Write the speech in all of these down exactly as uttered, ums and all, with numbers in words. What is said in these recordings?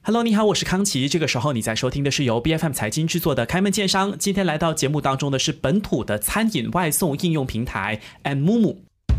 Hello， 你好，我是康琪。这个时候你在收听的是由 B F M 财经制作的开门见商。今天来到节目当中的是本土的餐饮外送应用平台 Anmumu。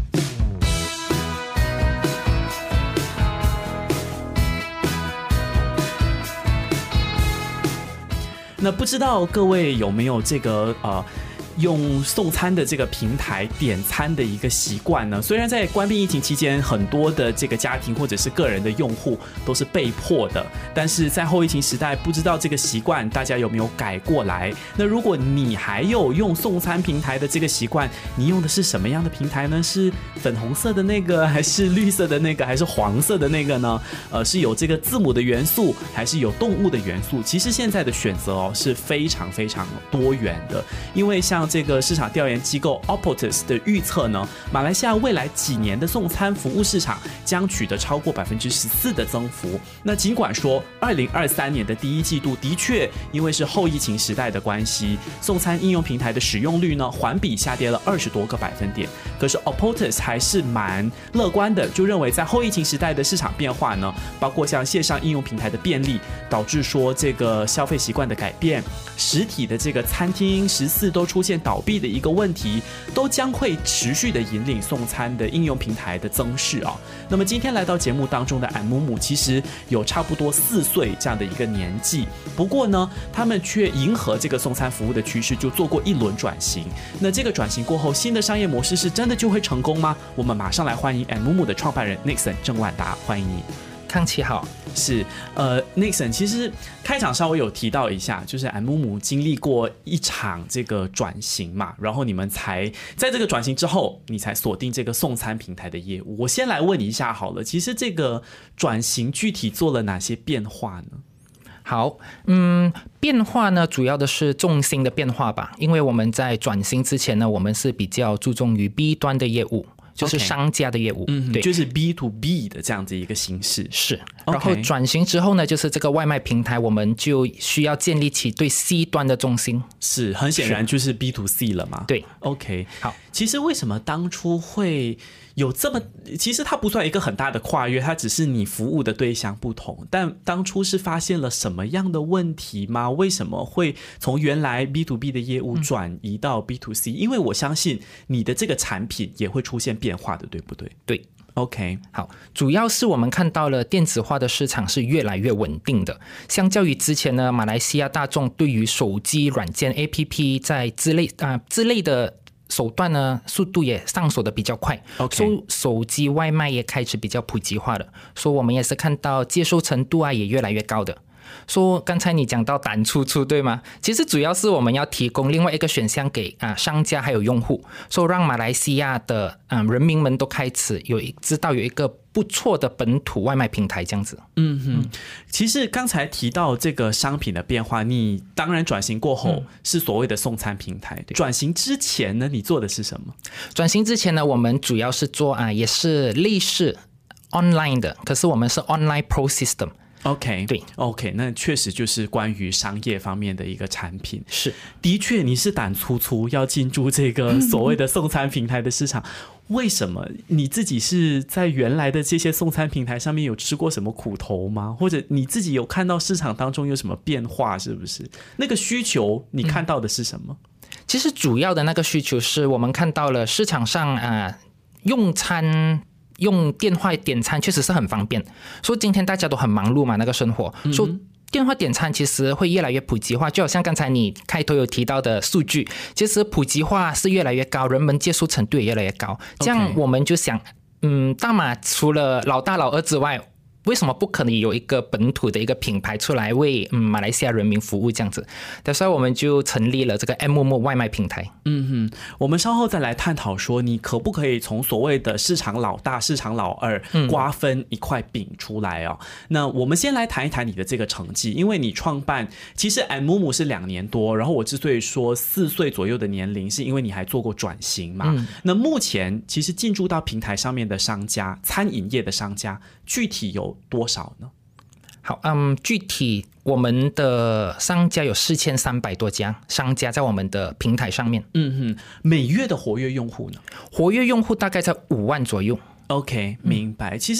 那不知道各位有没有这个呃？用送餐的这个平台点餐的一个习惯呢？虽然在关闭疫情期间，很多的这个家庭或者是个人的用户都是被迫的，但是在后疫情时代，不知道这个习惯大家有没有改过来？那如果你还有用送餐平台的这个习惯，你用的是什么样的平台呢？是粉红色的那个，还是绿色的那个，还是黄色的那个呢？呃，是有这个字母的元素，还是有动物的元素？其实现在的选择哦是非常非常多元的，因为像这个市场调研机构 Opportus 的预测呢，马来西亚未来几年的送餐服务市场将取得超过百分之十四的增幅。那尽管说二零二三年的第一季度的确因为是后疫情时代的关系，送餐应用平台的使用率呢环比下跌了二十多个百分点。可是 Opportus 还是蛮乐观的，就认为在后疫情时代的市场变化呢，包括像线上应用平台的便利，导致说这个消费习惯的改变，实体的这个餐厅食肆都出现倒闭的一个问题，都将会持续的引领送餐的应用平台的增势啊。那么今天来到节目当中的 Anmumu 其实有差不多四岁这样的一个年纪，不过呢，他们却迎合这个送餐服务的趋势，就做过一轮转型。那这个转型过后，新的商业模式是真的就会成功吗？我们马上来欢迎 Anmumu 的创办人 Nixon 郑万达，欢迎你。 康琪好。 是，呃 ，Nixon， 其实开场稍微有提到一下，就是 Anmumu 经历过一场这个转型嘛，然后你们才在这个转型之后，你才锁定这个送餐平台的业务。我先来问你一下好了，其实这个转型具体做了哪些变化呢？ 好，嗯，变化呢，主要的是重心的变化吧，因为我们在转型之前呢，我们是比较注重于 B 端的业务。就是商家的业务， okay, 对， 就是 B to B 的这样子一个形式。 是，然后转型之后呢，就是这个外卖平台，我们就需要建立起对 C 端的重心。 是，很显然就是 B to C 了嘛。 对 ，OK， 好。 其实为什么当初会有这么，其实它不算一个很大的跨越，它只是你服务的对象不同。但当初是发现了什么样的问题吗？为什么会从原来 B to B 的业务转移到 B to C？、嗯、因为我相信你的这个产品也会出现变化的，对不对？ 对。 OK， 好，主要是我们看到了电子化的市场是越来越稳定的。相较于之前呢，马来西亚大众对于手机软件 A P P 在之类啊、呃、之类的手段呢，速度也上手的比较快， okay. 所以手机外卖也开始比较普及化了。所以我们也是看到接受程度啊也越来越高的。说刚才你讲到胆出出对吗？其实主要是我们要提供另外一个选项给啊商家还有用户，说让马来西亚的啊人民们都开始有知道有一个不错的本土外卖平台这样子。 嗯哼，其实刚才提到这个商品的变化，你当然转型过后是所谓的送餐平台，嗯、转型之前呢，你做的是什么？ 转型之前呢，我们主要是做啊也是类似 online 的，可是我们是 online pro system。OK， 对 ，OK， 那确实就是关于商业方面的一个产品。 是， 的确你是胆粗粗要进驻这个所谓的送餐平台的市场，为什么？你自己是在原来的这些送餐平台上面有吃过什么苦头吗？或者你自己有看到市场当中有什么变化？是不是那个需求你看到的是什么？ 嗯、其实主要的那个需求是我们看到了市场上啊、呃、用餐。用电话点餐确实是很方便，所以今天大家都很忙碌嘛，那个生活，嗯、所以电话点餐其实会越来越普及化，就好像刚才你开头有提到的数据，其实普及化是越来越高，人们接受程度也越来越高。这样我们就想，嗯，大马除了老大老二之外，为什么不可能有一个本土的一个品牌出来为、嗯、马来西亚人民服务这样子？所以我们就成立了这个 Anmumu 外卖平台。 嗯哼，我们稍后再来探讨说，你可不可以从所谓的市场老大、市场老二瓜分一块饼出来哦？嗯、那我们先来谈一谈你的这个成绩，因为你创办其实 Anmumu 是两年多，然后我之所以说四岁左右的年龄，是因为你还做过转型嘛。嗯、那目前其实进驻到平台上面的商家，餐饮业的商家，具体有多少呢？ 好，嗯，具体我们的商家有四千三百多家商家在我们的平台上面。 嗯哼，每月的活跃用户呢？ 活跃用户大概在五万左右。 OK， 明白。嗯、其实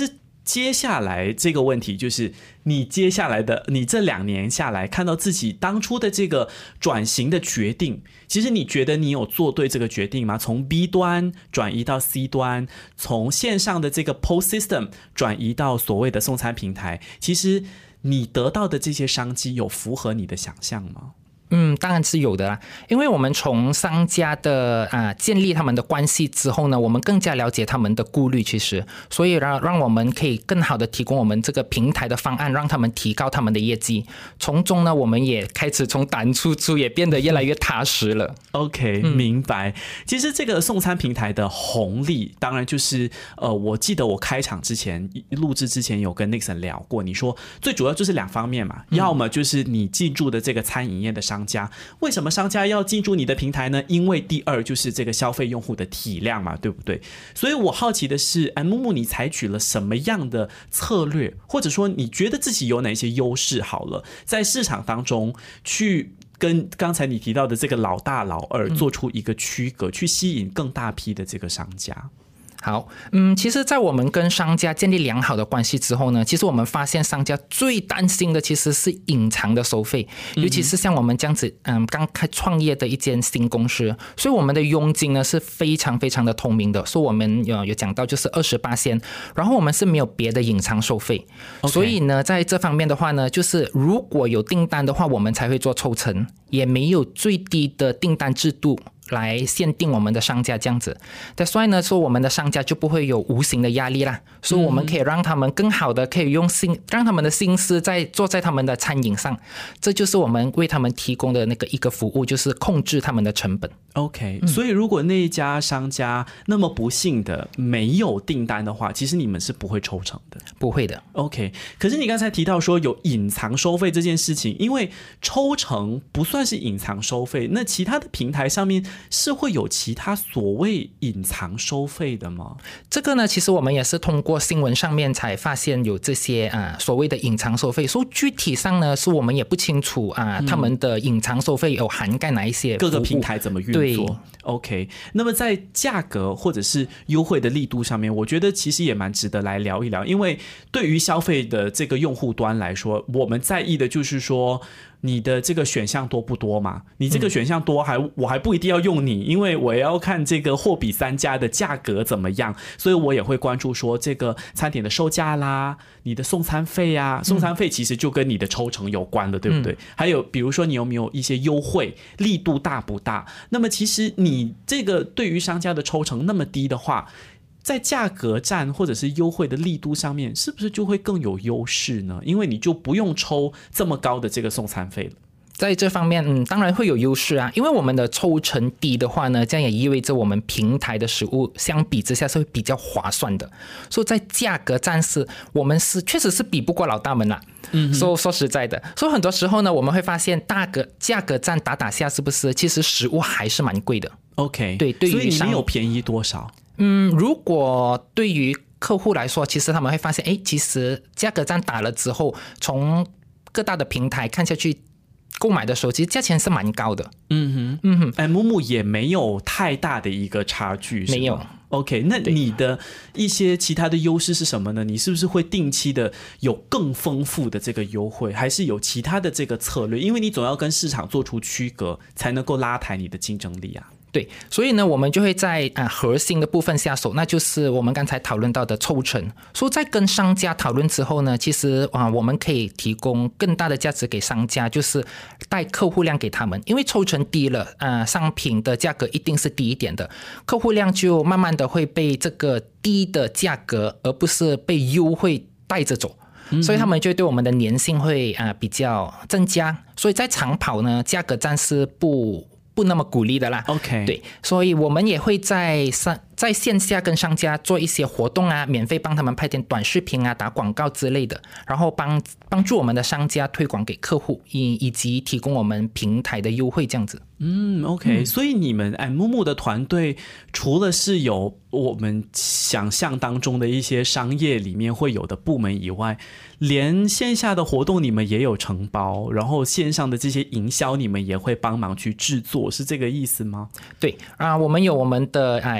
接下来这个问题就是你接下来的你这两年下来看到自己当初的这个转型的决定，其实你觉得你有做对这个决定吗？从 B 端转移到 C 端，从线上的这个 P O S System 转移到所谓的送餐平台，其实你得到的这些商机有符合你的想象吗？ 嗯，当然是有的啦，因为我们从商家的啊、呃、建立他们的关系之后呢，我们更加了解他们的顾虑，其实，所以让让我们可以更好的提供我们这个平台的方案，让他们提高他们的业绩。从中呢，我们也开始从胆粗粗也变得越来越踏实了。 OK， 明白。其实这个送餐平台的红利，当然就是呃，我记得我开场之前录制之前有跟 Nixon 聊过，你说最主要就是两方面嘛，嗯、要么就是你进驻的这个餐饮业的商家，为什么商家要进驻你的平台呢？因为第二就是这个消费用户的体量嘛，对不对？所以我好奇的是，哎，木木你采取了什么样的策略，或者说你觉得自己有哪些优势？好了，在市场当中去跟刚才你提到的这个老大老二做出一个区隔，嗯、去吸引更大批的这个商家。 好，嗯，其实在我们跟商家建立良好的关系之后呢，其实我们发现商家最担心的其实是隐藏的收费，尤其是像我们这样子嗯刚开创业的一间新公司，所以我们的佣金呢是非常非常的透明的，所以我们有有讲到就是 百分之二十， 然后我们是没有别的隐藏收费， okay. 所以呢在这方面的话呢，就是如果有订单的话我们才会做抽成，也没有最低的订单制度来限定我们的商家这样子，所以呢，说我们的商家就不会有无形的压力啦，所以我们可以让他们更好的可以用心，让他们的心思在做在他们的餐饮上，这就是我们为他们提供的那个一个服务，就是控制他们的成本。 OK，、嗯、所以如果那一家商家那么不幸的没有订单的话，其实你们是不会抽成的。 不会的。 OK， 可是你刚才提到说有隐藏收费这件事情，因为抽成不算是隐藏收费，那其他的平台上面是会有其他所谓隐藏收费的吗？ 这个呢，其实我们也是通过新闻上面才发现有这些啊所谓的隐藏收费，所以具体上呢，是我们也不清楚啊，嗯、他们的隐藏收费有涵盖哪一些各个平台怎么运作。对 OK， 那么在价格或者是优惠的力度上面，我觉得其实也蛮值得来聊一聊，因为对于消费的这个用户端来说，我们在意的就是说你的这个选项多不多嘛？你这个选项多还，还我还不一定要用你，因为我要看这个货比三家的价格怎么样，所以我也会关注说这个餐点的售价啦，你的送餐费啊，送餐费其实就跟你的抽成有关了，对不对？嗯、还有比如说你有没有一些优惠，力度大不大？那么其实你这个对于商家的抽成那么低的话，在价格战或者是优惠的力度上面，是不是就会更有优势呢？因为你就不用抽这么高的这个送餐费了。 在这方面，嗯，当然会有优势啊，因为我们的抽成低的话呢，这样也意味着我们平台的食物相比之下是会比较划算的。所以在价格战是，我们是确实是比不过老大们啦。嗯，说说实在的，所以很多时候呢，我们会发现大格价格战打打下，是不是其实食物还是蛮贵的 ？OK， 对，对于所以你没有便宜多少？ 嗯，如果对于客户来说，其实他们会发现，哎，其实价格战打了之后，从各大的平台看下去，购买的时候，其实价钱是蛮高的。 嗯哼，嗯哼，哎，木木也没有太大的一个差距， 没有。 OK， 那你的一些其他的优势是什么呢？你是不是会定期的有更丰富的这个优惠，还是有其他的这个策略？因为你总要跟市场做出区隔，才能够拉抬你的竞争力啊。 对，所以呢，我们就会在啊核心的部分下手，那就是我们刚才讨论到的抽成。所以在跟商家讨论之后呢，其实啊我们可以提供更大的价值给商家，就是带客户量给他们，因为抽成低了，啊商品的价格一定是低一点的，客户量就慢慢的会被这个低的价格，而不是被优惠带着走。所以他们就对我们的粘性会啊比较增加，所以在长跑呢，价格战是不。不那么鼓励的啦 ，OK， 对，所以我们也会在上在线下跟商家做一些活动啊，免费帮他们拍点短视频啊、打广告之类的，然后帮帮助我们的商家推广给客户，以以及提供我们平台的优惠这样子。 嗯 ，OK，嗯，所以你们哎木木的团队除了是有我们想象当中的一些商业里面会有的部门以外，连线下的活动你们也有承包，然后线上的这些营销你们也会帮忙去制作，是这个意思吗？ 对啊，我们有我们的啊云音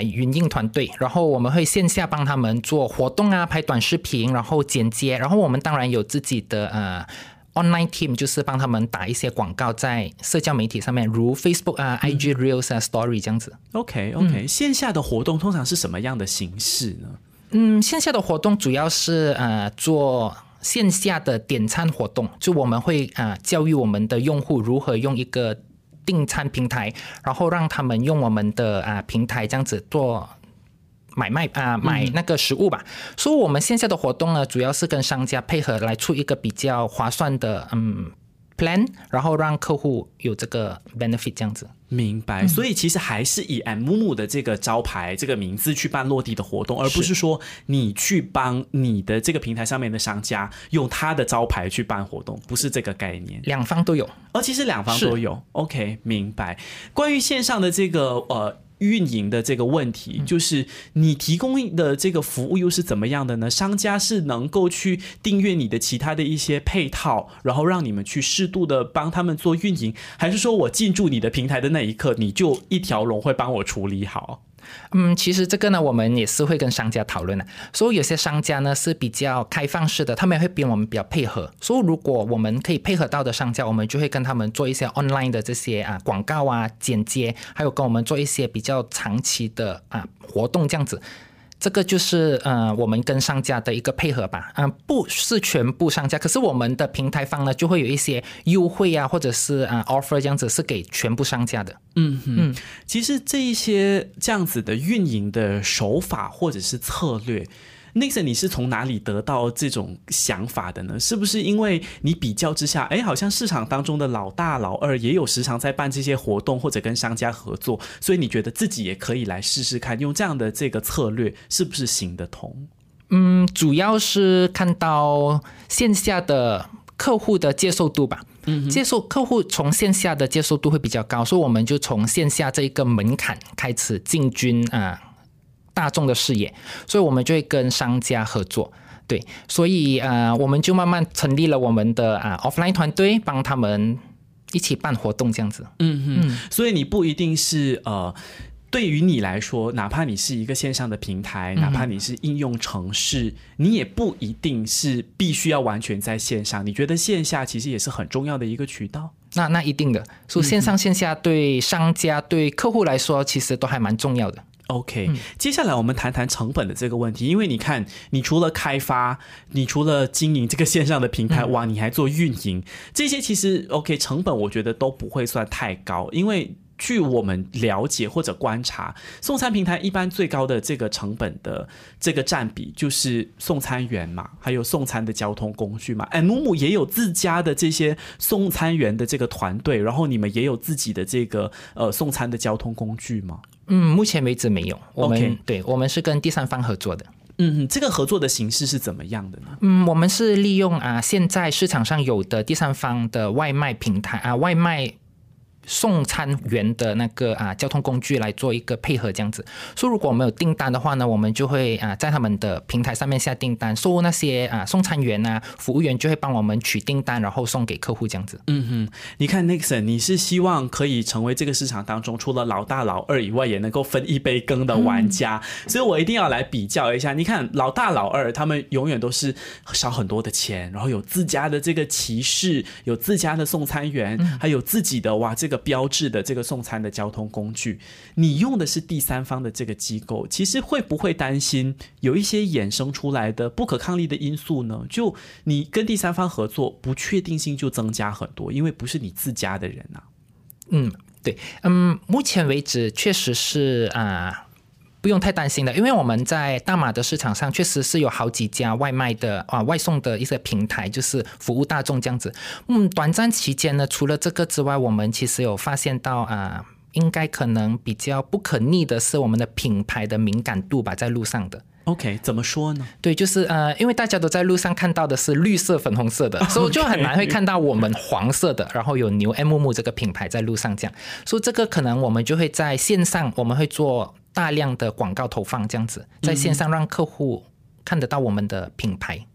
营团队，然后我们会线下帮他们做活动啊，拍短视频，然后剪接，然后我们当然有自己的呃 online team， 就是帮他们打一些广告在社交媒体上面，如 Facebook 啊、I G Reels 啊、Story 这样子。 OK OK，、嗯、线下的活动通常是什么样的形式呢？ 嗯，线下的活动主要是呃做线下的点餐活动，就我们会呃教育我们的用户如何用一个订餐平台，然后让他们用我们的啊、呃、平台这样子做买卖啊、呃、买那个食物吧。所以我们线下的活动呢，主要是跟商家配合来出一个比较划算的嗯 plan， 然后让客户有这个 benefit 这样子。 明白，所以其实还是以 M-Mumu 的这个招牌、这个名字去办落地的活动，而不是说你去帮你的这个平台上面的商家用他的招牌去办活动，不是这个概念。 两方都有， 而其实两方都有。OK， 明白。关于线上的这个呃。运营的这个问题，就是你提供的这个服务又是怎么样的呢？商家是能够去订阅你的其他的一些配套，然后让你们去适度的帮他们做运营，还是说我进驻你的平台的那一刻，你就一条龙会帮我处理好？ 嗯，其实这个呢，我们也是会跟商家讨论的。所以有些商家呢是比较开放式的，他们也会比我们比较配合。所以如果我们可以配合到的商家，我们就会跟他们做一些 online 的这些啊广告啊、剪接，还有跟我们做一些比较长期的啊活动这样子。这个就是呃我们跟商家的一个配合吧，嗯、呃，不是全部商家，可是我们的平台方呢就会有一些优惠啊，或者是啊、呃、offer 这样子是给全部商家的。 嗯嗯，其实这一些这样子的运营的手法或者是策略。Nixon， 你是从哪里得到这种想法的呢？是不是因为你比较之下，哎，好像市场当中的老大老二也有时常在办这些活动或者跟商家合作，所以你觉得自己也可以来试试看，用这样的这个策略是不是行得通？ 嗯，主要是看到线下的客户的接受度吧。嗯，接受客户从线下的接受度会比较高，所以我们就从线下这一个门槛开始进军啊。呃大众的视野，所以我们就会跟商家合作，对，所以呃，我们就慢慢成立了我们的啊、呃、offline 团队，帮他们一起办活动这样子。 嗯嗯，所以你不一定是呃，对于你来说，哪怕你是一个线上的平台，哪怕你是应用程式，嗯、你也不一定是必须要完全在线上。你觉得线下其实也是很重要的一个渠道？ 那那一定的，所以线上线下对商家、嗯、对客户来说，其实都还蛮重要的。 OK，、嗯、接下来我们谈谈成本的这个问题，因为你看，你除了开发，你除了经营这个线上的平台，嗯、哇，你还做运营，这些其实 OK 成本我觉得都不会算太高，因为据我们了解或者观察，送餐平台一般最高的这个成本的这个占比就是送餐员嘛，还有送餐的交通工具嘛。M-Mumu也有自家的这些送餐员的这个团队，然后你们也有自己的这个呃送餐的交通工具吗？ 嗯，目前为止没有。我们、 okay. 对，我们是跟第三方合作的。 嗯，这个合作的形式是怎么样的呢？ 嗯，我们是利用啊现在市场上有的第三方的外卖平台啊外卖。送餐员的那个啊交通工具来做一个配合这样子，所以如果我们有订单的话呢，我们就会啊在他们的平台上面下订单，所以那些啊送餐员啊服务员就会帮我们取订单，然后送给客户这样子。 嗯哼，你看 Nixon， 你是希望可以成为这个市场当中除了老大老二以外也能够分一杯羹的玩家、嗯、所以我一定要来比较一下。你看老大老二他们永远都是烧很多的钱，然后有自家的这个骑士，有自家的送餐员、嗯、还有自己的哇这个标志的这个送餐的交通工具，你用的是第三方的这个机构，其实会不会担心有一些衍生出来的不可抗力的因素呢？就你跟第三方合作，不确定性就增加很多，因为不是你自家的人啊。 嗯，对，嗯，目前为止确实是啊。呃不用太担心的，因为我们在大马的市场上确实是有好几家外卖的啊外送的一些平台，就是服务大众这样子。嗯，短暂期间呢，除了这个之外，我们其实有发现到啊，应该可能比较不可逆的是我们的品牌的敏感度吧，在路上的。 OK， 怎么说呢？ 对，就是呃，因为大家都在路上看到的是绿色、粉红色的， okay. 所以就很难会看到我们黄色的，然后有牛 M-Mumu 这个品牌在路上这样，所以这个可能我们就会在线上，我们会做大量的广告投放这样子，在线上让客户看得到我们的品牌。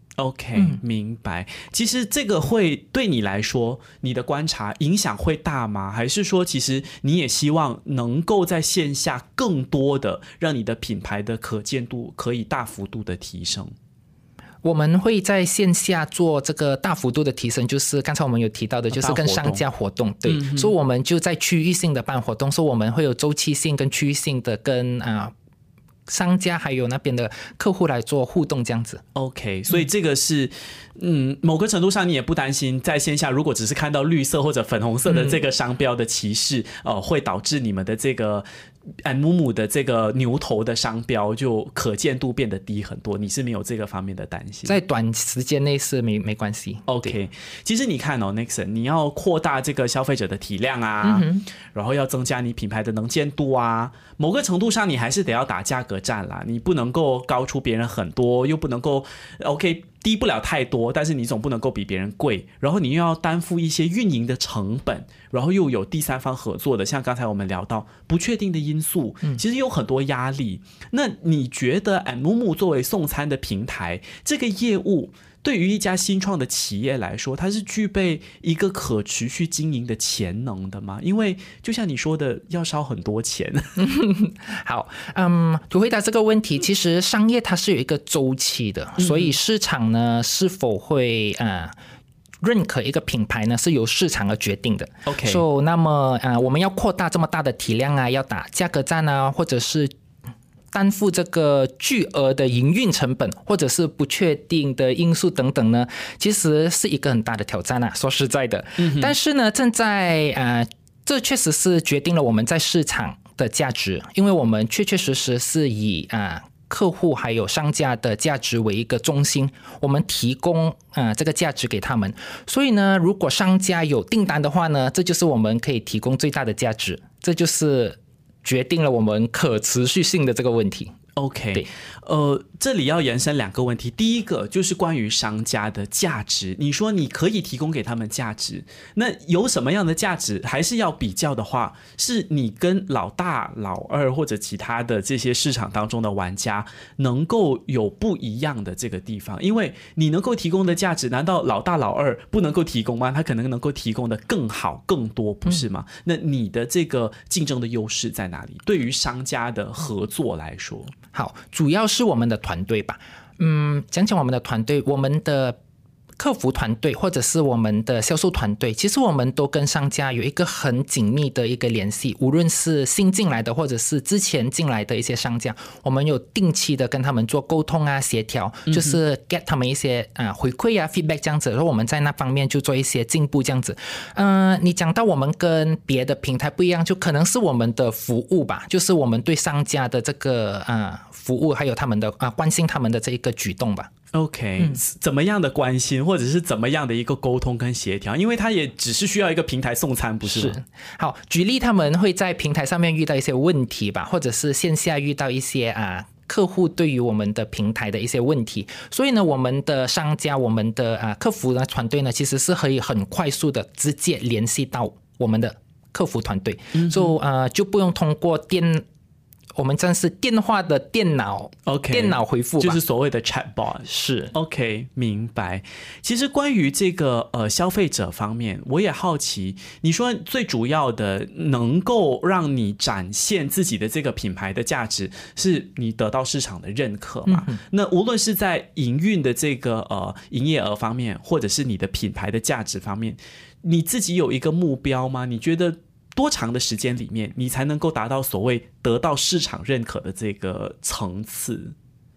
OK，、嗯、明白。其实这个会对你来说，你的观察影响会大吗？还是说，其实你也希望能够在线下更多的让你的品牌的可见度可以大幅度的提升？ 我们会在线下做这个大幅度的提升，就是刚才我们有提到的，就是跟商家活动，对，嗯、所以我们就在区域性的办活动，所以我们会有周期性跟区域性的跟啊。商家还有那边的客户来做互动这样子。 OK， 所以这个是嗯，某个程度上你也不担心在线下如果只是看到绿色或者粉红色的这个商标的歧视、嗯呃、会导致你们的这个Anmumu的这个牛头的商标就可见度变得低很多，你是没有这个方面的担心？ 在短时间内是 没, 没关系。 OK， 其实你看哦 Nixon， 你要扩大这个消费者的体量啊、嗯、然后要增加你品牌的能见度啊，某个程度上你还是得要打价格战啦，你不能够高出别人很多，又不能够 OK低不了太多，但是你总不能够比别人贵，然后你又要担负一些运营的成本，然后又有第三方合作的，像刚才我们聊到不确定的因素，其实有很多压力、嗯、那你觉得 Anmumu 作为送餐的平台，这个业务对于一家新创的企业来说，它是具备一个可持续经营的潜能的吗？因为就像你说的，要烧很多钱。 好，嗯，就回答这个问题，其实商业它是有一个周期的，所以市场呢是否会啊、呃认可一个品牌呢，是由市场而决定的。 OK， so, 那么呃，我们要扩大这么大的体量啊，要打价格战啊，或者是担负这个巨额的营运成本，或者是不确定的因素等等呢，其实是一个很大的挑战啊。说实在的，嗯、但是呢，正在呃，这确实是决定了我们在市场的价值，因为我们确确实实是以啊。呃客户还有商家的价值为一个中心，我们提供呃这个价值给他们，所以呢，如果商家有订单的话呢，这就是我们可以提供最大的价值，这就是决定了我们可持续性的这个问题。 OK， 呃，这里要延伸两个问题。第一个就是关于商家的价值，你说你可以提供给他们价值，那有什么样的价值？还是要比较的话，是你跟老大、老二或者其他的这些市场当中的玩家能够有不一样的这个地方，因为你能够提供的价值，难道老大、老二不能够提供吗？他可能能够提供的更好、更多，不是吗？嗯、那你的这个竞争的优势在哪里？对于商家的合作来说？ 好，主要是我们的团队吧。嗯，讲讲我们的团队，我们的客服团队或者是我们的销售团队，其实我们都跟商家有一个很紧密的一个联系，无论是新进来的或者是之前进来的一些商家，我们有定期的跟他们做沟通啊、协调，就是 get 他们一些、呃、回馈啊、feedback 这样子，然后我们在那方面就做一些进步这样子。嗯、呃，你讲到我们跟别的平台不一样，就可能是我们的服务吧，就是我们对商家的这个呃服务，还有他们的啊、呃、关心他们的这一个举动吧。 OK，、嗯、怎么样的关心，或者是怎么样的一个沟通跟协调？因为他也只是需要一个平台送餐，不是吗？是。 好，举例他们会在平台上面遇到一些问题吧，或者是线下遇到一些啊客户对于我们的平台的一些问题，所以呢，我们的商家、我们的啊客服的团队呢，其实是可以很快速的直接联系到我们的客服团队，嗯、所以啊就不用通过电。我们真是电话的电脑 ，OK， 电脑回复吧， 就是所谓的 chatbot。 是 OK， 明白。其实关于这个呃消费者方面，我也好奇，你说最主要的能够让你展现自己的这个品牌的价值，是你得到市场的认可嘛？嗯、那无论是在营运的这个呃营业额方面，或者是你的品牌的价值方面，你自己有一个目标吗？你觉得？多长的时间里面，你才能够达到所谓得到市场认可的这个层次？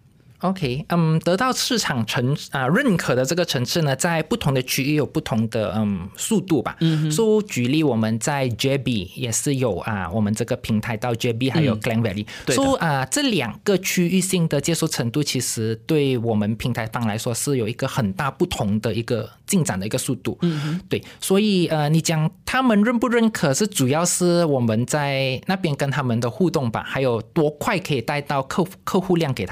OK， 嗯，得到市场层啊、呃、认可的这个层次呢，在不同的区域有不同的嗯速度吧。嗯，所以举例我们在 J B 也是有啊，我们这个平台到 J B 还有 Klang Valley，、嗯、所以啊这两个区域性的接受程度，其实对我们平台方来说是有一个很大不同的一个进展的一个速度。嗯，对，所以呃，你讲他们认不认可，是主要是我们在那边跟他们的互动吧，还有多快可以带到客客户量给他们。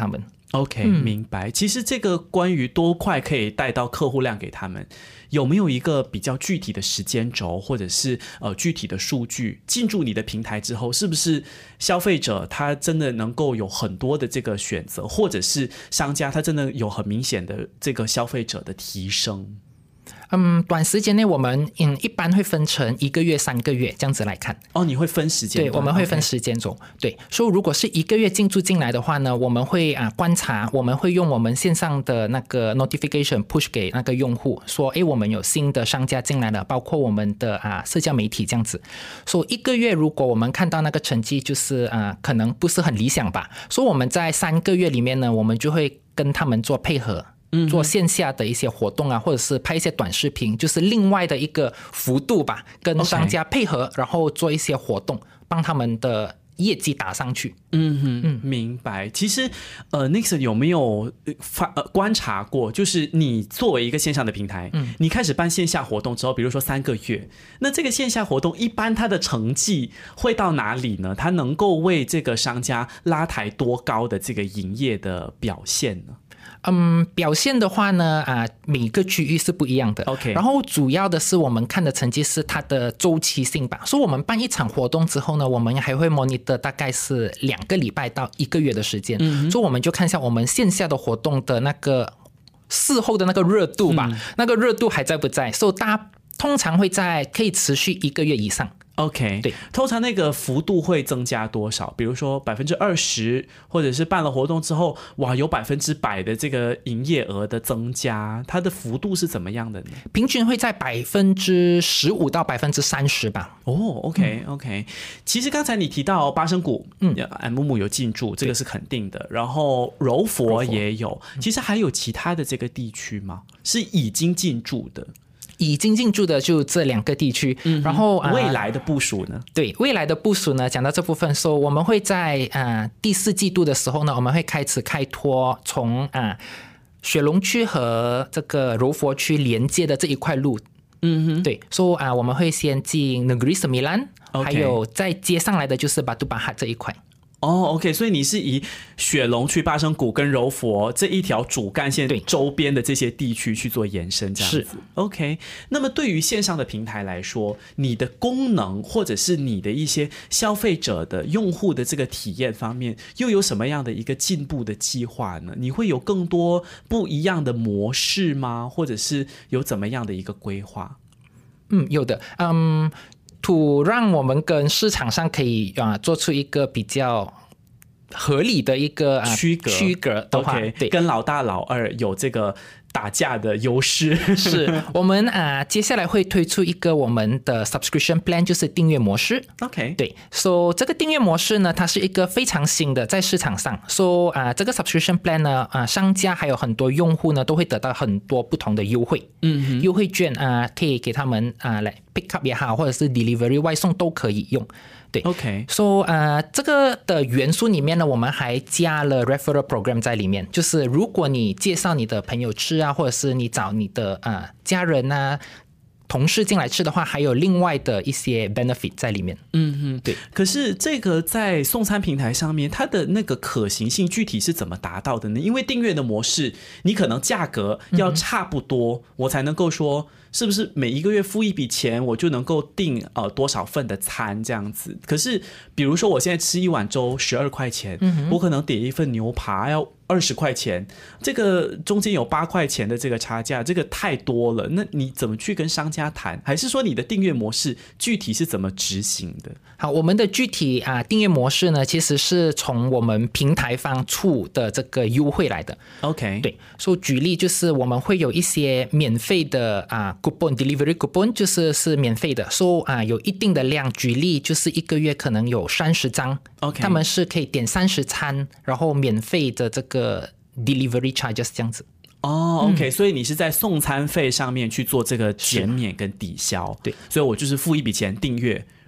OK，、嗯、明白。其实这个关于多快可以带到客户量给他们，有没有一个比较具体的时间轴，或者是呃具体的数据？进驻你的平台之后，是不是消费者他真的能够有很多的这个选择，或者是商家他真的有很明显的这个消费者的提升？ 嗯，短时间内我们嗯一般会分成一个月、三个月这样子来看。 哦，你会分时间？ 对，我们会分时间轴。Okay. 对，所以如果是一个月进驻进来的话呢，我们会啊观察，我们会用我们线上的那个 notification push 给那个用户，说，哎，我们有新的商家进来了，包括我们的啊社交媒体这样子。所以一个月如果我们看到那个成绩就是啊可能不是很理想吧，所以我们在三个月里面呢，我们就会跟他们做配合。做线下的一些活动啊，或者是拍一些短视频，就是另外的一个幅度吧，跟商家配合， okay. 然后做一些活动，帮他们的业绩打上去。 嗯哼，嗯，明白。其实，呃 ，Nixon 有没有发呃观察过，就是你作为一个线上的平台，嗯，你开始办线下活动之后，比如说三个月，那这个线下活动一般它的成绩会到哪里呢？它能够为这个商家拉抬多高的这个营业的表现呢？ 嗯，表现的话呢，啊，每个区域是不一样的。 OK， 然后主要的是我们看的成绩是它的周期性吧。所以我们办一场活动之后呢，我们还会 monitor 大概是两个礼拜到一个月的时间。嗯，所以我们就看一下我们线下的活动的那个事后的那个热度吧，嗯、那个热度还在不在？所以大家通常会在可以持续一个月以上。 OK， 对， 通常那个幅度会增加多少？比如说百分之二十，或者是办了活动之后，哇，有百分之百的这个营业额的增加，它的幅度是怎么样的呢？ 平均会在百分之十五到百分之三十吧。 哦 ，OK OK，、嗯、其实刚才你提到巴生谷，嗯，安木木有进驻，这个是肯定的。然后柔佛也有，其实还有其他的这个地区吗？是已经进驻的？ 已经进驻的就这两个地区，嗯、然后、 呃、未来的部署呢？ 对，未来的部署呢，讲到这部分说，我们会在呃第四季度的时候呢，我们会开始开拓从啊、呃、雪隆区和这个柔佛区连接的这一块路。嗯哼，对，所以啊、呃，我们会先进 Negeri Sembilan， 还有再接上来的就是 Batu Pahat 这一块。 哦 ，OK， 所以你是以雪隆区、巴生谷跟柔佛这一条主干线周边的这些地区去做延伸，这样子。OK， 那么对于线上的平台来说，你的功能或者是你的一些消费者的用户的这个体验方面，又有什么样的一个进步的计划呢？你会有更多不一样的模式吗？或者是有怎么样的一个规划？ 嗯，有的，嗯。to 让我们跟市场上可以啊做出一个比较合理的一个、啊、 区隔区隔的话， okay， 对，跟老大老二有这个打架的优势。 是我们啊接下来会推出一个我们的 subscription plan， 就是订阅模式。 OK， 对， so 这个订阅模式呢，它是一个非常新的在市场上。so 啊这个 subscription plan 呢，啊商家还有很多用户呢都会得到很多不同的优惠。嗯，优惠券啊可以给他们啊来 pick up 也好，或者是 delivery 外送都可以用。对 ，OK， so 呃，这个的元素里面呢，我们还加了 referral program 在里面，就是如果你介绍你的朋友吃啊，或者是你找你的呃家人啊、同事进来吃的话，还有另外的一些 benefit 在里面。 嗯哼，对。可是这个在送餐平台上面，它的那个可行性具体是怎么达到的呢？因为订阅的模式，你可能价格要差不多，嗯、我才能够说。是不是每一个月付一笔钱，我就能够订呃多少份的餐这样子？可是比如说我现在吃一碗粥十二块钱，嗯、我可能点一份牛扒要二十块钱，这个中间有八块钱的这个差价，这个太多了。那你怎么去跟商家谈？还是说你的订阅模式具体是怎么执行的？ 好，我们的具体啊订阅模式呢，其实是从我们平台方出的这个优惠来的。 OK， 对，所以举例就是我们会有一些免费的啊 coupon delivery coupon， 就是是免费的，所以啊有一定的量，举例就是一个月可能有三十张 ，OK， 他们是可以点三十餐，然后免费的这个 delivery charges 这样子。 哦、oh, ，OK，、嗯、所以你是在送餐费上面去做这个减免跟抵消， 对， 所以我就是付一笔钱订阅。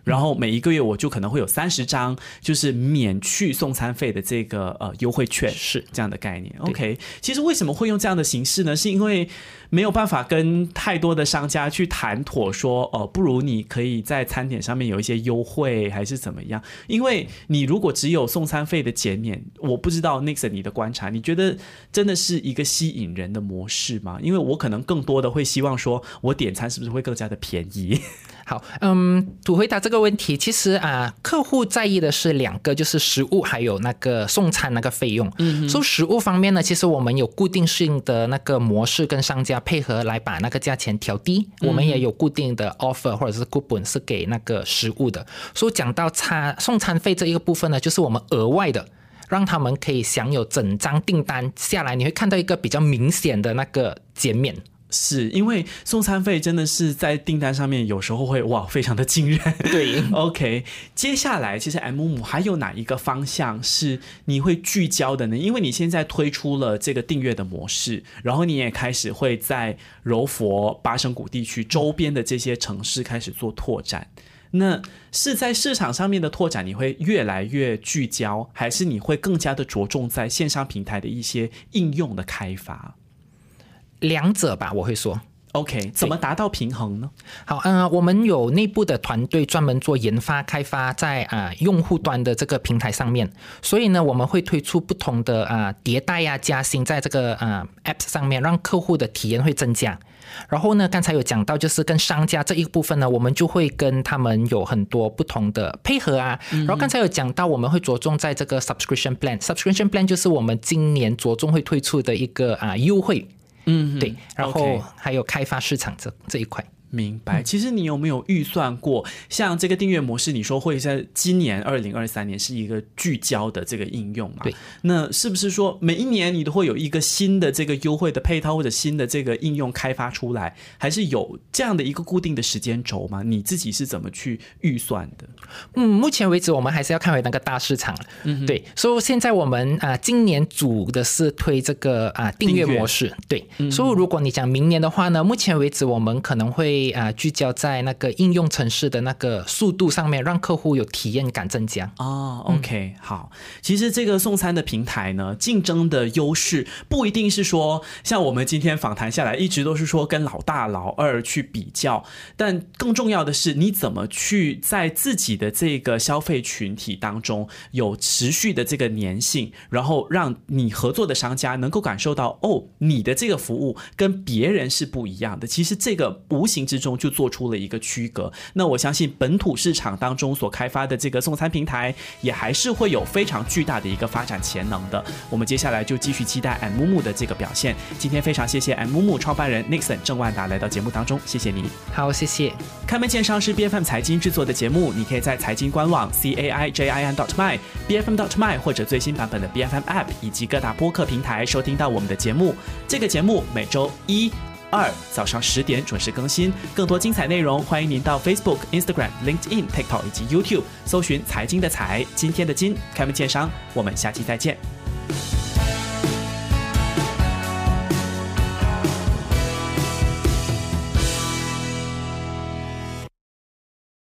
然后每一个月我就可能会有三十张就是免去送餐费的这个呃优惠券， 是这样的概念。OK， 其实为什么会用这样的形式呢？是因为没有办法跟太多的商家去谈妥说，哦、呃，不如你可以在餐点上面有一些优惠，还是怎么样？因为你如果只有送餐费的减免，我不知道 Nixon 你的观察，你觉得真的是一个吸引人的模式吗？因为我可能更多的会希望说，我点餐是不是会更加的便宜？ 好，嗯，to回答这个问题，其实啊，客户在意的是两个，就是食物还有那个送餐那个费用。嗯，所以食物方面呢，其实我们有固定性的那个模式跟商家配合来把那个价钱调低。嗯、我们也有固定的 offer 或者是 coupon 是给那个食物的。所以讲到餐送餐费这一个部分呢，就是我们额外的，让他们可以享有整张订单下来，你会看到一个比较明显的那个减免。 是因为送餐费真的是在订单上面有时候会哇非常的惊人。 对 ，OK， 接下来其实 M 母还有哪一个方向是你会聚焦的呢？因为你现在推出了这个订阅的模式，然后你也开始会在柔佛、巴生谷地区周边的这些城市开始做拓展。那是在市场上面的拓展，你会越来越聚焦，还是你会更加的着重在线上平台的一些应用的开发？ 两者吧，我会说。 OK， 怎么达到平衡呢？ 好，嗯、呃，我们有内部的团队专门做研发开发在啊、呃、用户端的这个平台上面，所以呢，我们会推出不同的啊、呃、迭代呀、加新在这个啊、呃、App 上面，让客户的体验会增加。然后呢，刚才有讲到，就是跟商家这一部分呢，我们就会跟他们有很多不同的配合啊。然后刚才有讲到，我们会着重在这个 subscription plan，subscription plan 就是我们今年着重会推出的一个啊、呃、优惠。嗯，对，然后还有开发市场这这一块。 明白。其实你有没有预算过，像这个订阅模式，你说会在今年二零二三年是一个聚焦的这个应用嘛？ 对。 那是不是说每一年你都会有一个新的这个优惠的配套或者新的这个应用开发出来，还是有这样的一个固定的时间轴吗？你自己是怎么去预算的？ 嗯，目前为止我们还是要看回那个大市场。嗯，对。所以现在我们啊、呃，今年主的是推这个啊、呃、订阅模式。对。嗯、所以如果你讲明年的话呢，目前为止我们可能会啊、呃、聚焦在那个应用程式的那个速度上面，让客户有体验感增加。 哦 ，OK，、嗯、好。其实这个送餐的平台呢，竞争的优势不一定是说像我们今天访谈下来，一直都是说跟老大老二去比较，但更重要的是你怎么去在自己的这个消费群体当中有持续的这个粘性，然后让你合作的商家能够感受到哦，你的这个服务跟别人是不一样的。其实这个无形之中就做出了一个区隔。那我相信本土市场当中所开发的这个送餐平台也还是会有非常巨大的一个发展潜能的。我们接下来就继续期待 M 木的这个表现。今天非常谢谢 M 木创办人 Nixon 郑万达来到节目当中，谢谢你。 好，谢谢。 开门见山是 B F M 财经制作的节目，你可以在财经官网 c a i j i n dot m y b f m dot m y 或者最新版本的 B F M App 以及各大播客平台收听到我们的节目。这个节目每周一二早上十点准时更新，更多精彩内容欢迎您到 Facebook、Instagram、LinkedIn、TikTok 以及 YouTube 搜寻财经的财，今天的金，开门见山，我们下期再见。